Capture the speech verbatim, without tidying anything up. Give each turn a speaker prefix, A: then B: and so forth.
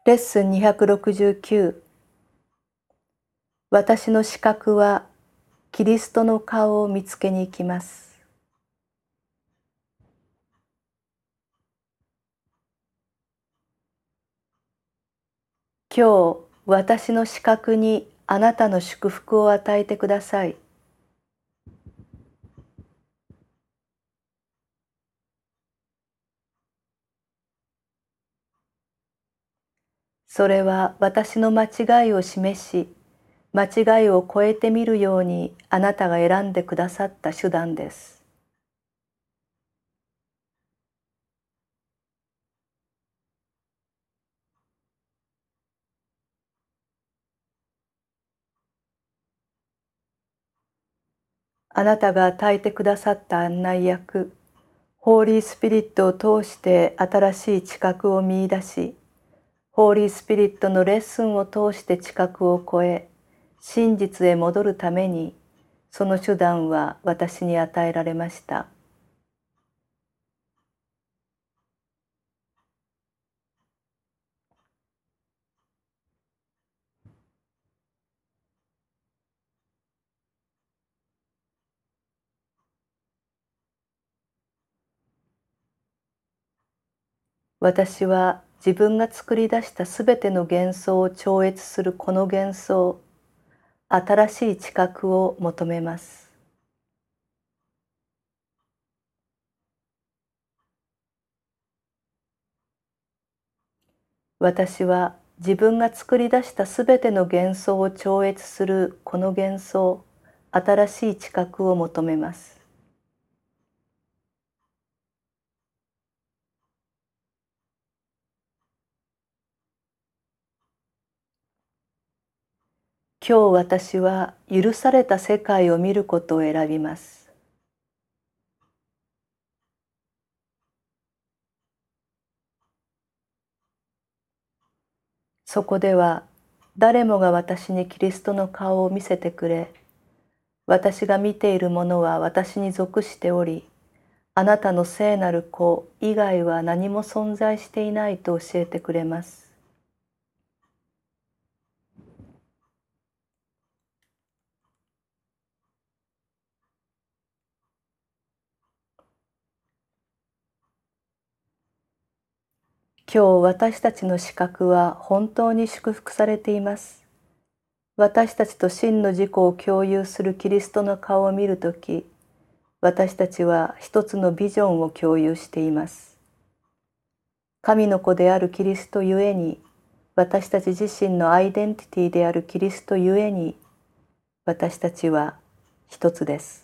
A: レッスンにひゃくろくじゅうきゅう。私の視覚はキリストの顔を見つけに行きます。今日、私の視覚にあなたの祝福を与えてください。それは私の間違いを示し、間違いを超えてみるようにあなたが選んでくださった手段です。あなたが与えてくださった案内役、ホーリースピリットを通して新しい知覚を見出し、ホーリースピリットのレッスンを通して知覚を超え、真実へ戻るために、その手段は私に与えられました。私は自分が作り出したすべての幻想を超越するこの幻想、新しい知覚を求めます。私は自分が作り出したすべての幻想を超越するこの幻想、新しい知覚を求めます。今日私は許された世界を見ることを選びます。そこでは誰もが私にキリストの顔を見せてくれ、私が見ているものは私に属しており、あなたの聖なる子以外は何も存在していないと教えてくれます。今日私たちの視覚は本当に祝福されています。私たちと真の自己を共有するキリストの顔を見るとき、私たちは一つのビジョンを共有しています。神の子であるキリストゆえに、私たち自身のアイデンティティであるキリストゆえに、私たちは一つです。